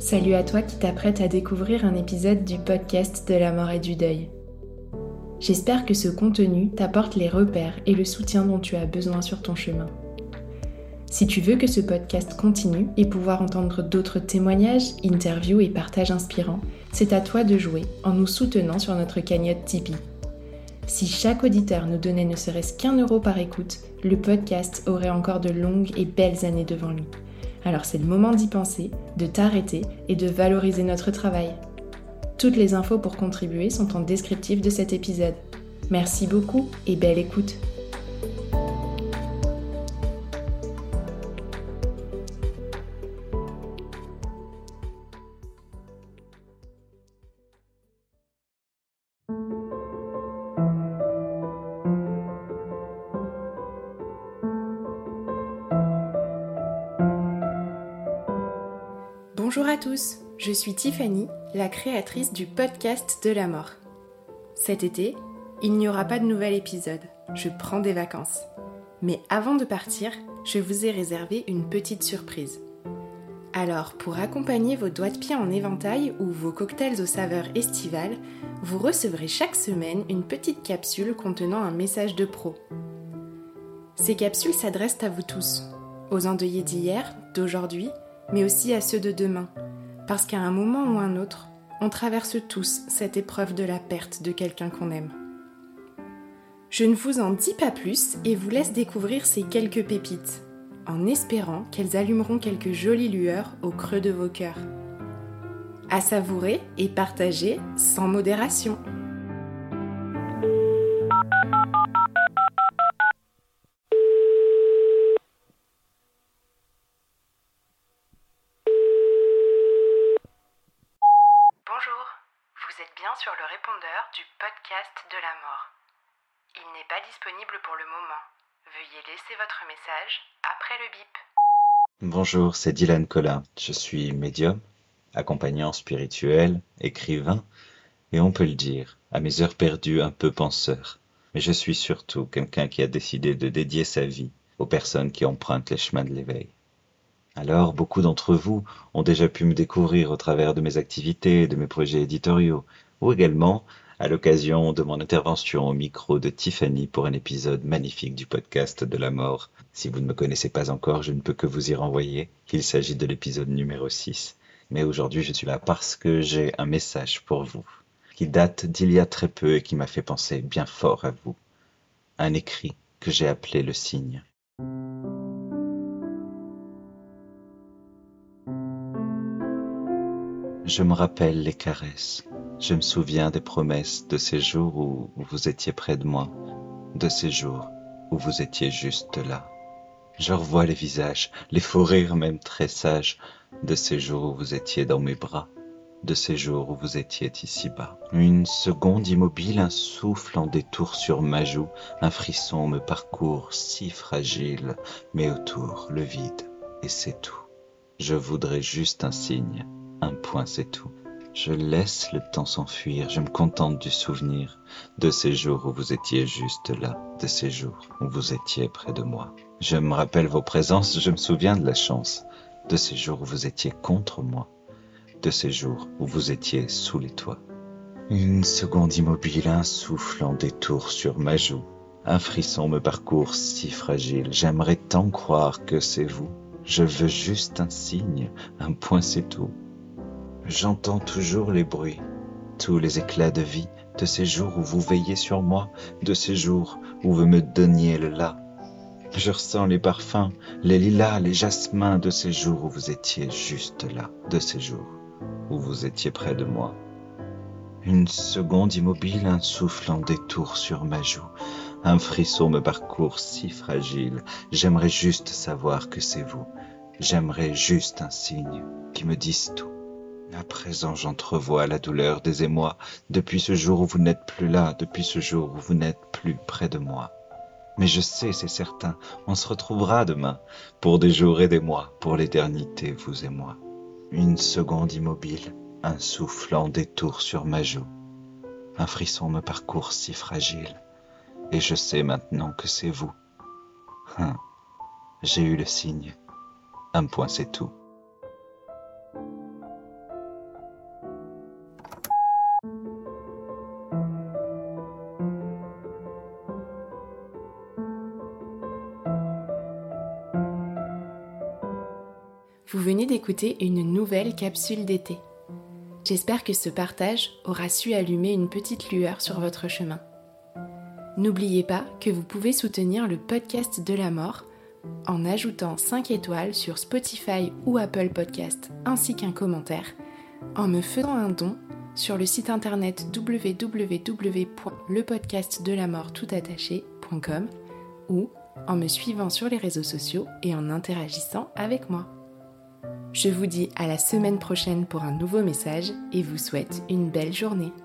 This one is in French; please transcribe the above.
Salut à toi qui t'apprête à découvrir un épisode du podcast de la mort et du deuil. J'espère que ce contenu t'apporte les repères et le soutien dont tu as besoin sur ton chemin. Si tu veux que ce podcast continue et pouvoir entendre d'autres témoignages, interviews et partages inspirants, c'est à toi de jouer en nous soutenant sur notre cagnotte Tipeee. Si chaque auditeur nous donnait ne serait-ce qu'1 € par écoute, le podcast aurait encore de longues et belles années devant lui. Alors c'est le moment d'y penser, de t'arrêter et de valoriser notre travail. Toutes les infos pour contribuer sont en descriptif de cet épisode. Merci beaucoup et belle écoute. Bonjour à tous, je suis Tiffany, la créatrice du podcast de la mort. Cet été, il n'y aura pas de nouvel épisode, je prends des vacances. Mais avant de partir, je vous ai réservé une petite surprise. Alors, pour accompagner vos doigts de pied en éventail ou vos cocktails aux saveurs estivales, vous recevrez chaque semaine une petite capsule contenant un message de pro. Ces capsules s'adressent à vous tous, aux endeuillés d'hier, d'aujourd'hui, mais aussi à ceux de demain, parce qu'à un moment ou un autre, on traverse tous cette épreuve de la perte de quelqu'un qu'on aime. Je ne vous en dis pas plus et vous laisse découvrir ces quelques pépites, en espérant qu'elles allumeront quelques jolies lueurs au creux de vos cœurs. À savourer et partager sans modération. Sur le répondeur du podcast de la mort. Il n'est pas disponible pour le moment. Veuillez laisser votre message après le bip. Bonjour, c'est Dylan Collin. Je suis médium, accompagnant spirituel, écrivain, et on peut le dire, à mes heures perdues un peu penseur. Mais je suis surtout quelqu'un qui a décidé de dédier sa vie aux personnes qui empruntent les chemins de l'éveil. Alors, beaucoup d'entre vous ont déjà pu me découvrir au travers de mes activités, de mes projets éditoriaux, ou également à l'occasion de mon intervention au micro de Tiffany pour un épisode magnifique du podcast de la mort. Si vous ne me connaissez pas encore, je ne peux que vous y renvoyer. Il s'agit de l'épisode numéro 6. Mais aujourd'hui, je suis là parce que j'ai un message pour vous, qui date d'il y a très peu et qui m'a fait penser bien fort à vous. Un écrit que j'ai appelé le signe. Je me rappelle les caresses, je me souviens des promesses de ces jours où vous étiez près de moi, de ces jours où vous étiez juste là. Je revois les visages, les faux rires même très sages, de ces jours où vous étiez dans mes bras, de ces jours où vous étiez ici-bas. Une seconde immobile, un souffle en détour sur ma joue, un frisson me parcourt si fragile, mais autour le vide, et c'est tout. Je voudrais juste un signe. Un point, c'est tout. Je laisse le temps s'enfuir, je me contente du souvenir de ces jours où vous étiez juste là, de ces jours où vous étiez près de moi. Je me rappelle vos présences, je me souviens de la chance, de ces jours où vous étiez contre moi, de ces jours où vous étiez sous les toits. Une seconde immobile, un souffle en détour sur ma joue, un frisson me parcourt si fragile, j'aimerais tant croire que c'est vous. Je veux juste un signe, un point, c'est tout. J'entends toujours les bruits, tous les éclats de vie, de ces jours où vous veillez sur moi, de ces jours où vous me donniez le là. Je ressens les parfums, les lilas, les jasmins, de ces jours où vous étiez juste là, de ces jours où vous étiez près de moi. Une seconde immobile, un souffle en détour sur ma joue, un frisson me parcourt si fragile, j'aimerais juste savoir que c'est vous, j'aimerais juste un signe qui me dise tout. À présent, j'entrevois la douleur des émois, depuis ce jour où vous n'êtes plus là, depuis ce jour où vous n'êtes plus près de moi. Mais je sais, c'est certain, on se retrouvera demain, pour des jours et des mois, pour l'éternité, vous et moi. Une seconde immobile, un souffle en détour sur ma joue, un frisson me parcourt si fragile, et je sais maintenant que c'est vous. J'ai eu le signe, un point c'est tout. Vous venez d'écouter une nouvelle capsule d'été. J'espère que ce partage aura su allumer une petite lueur sur votre chemin. N'oubliez pas que vous pouvez soutenir le podcast de la mort en ajoutant 5 étoiles sur Spotify ou Apple Podcast ainsi qu'un commentaire, en me faisant un don sur le site internet www.lepodcastdelamorttoutattaché.com ou en me suivant sur les réseaux sociaux et en interagissant avec moi. Je vous dis à la semaine prochaine pour un nouveau message et vous souhaite une belle journée.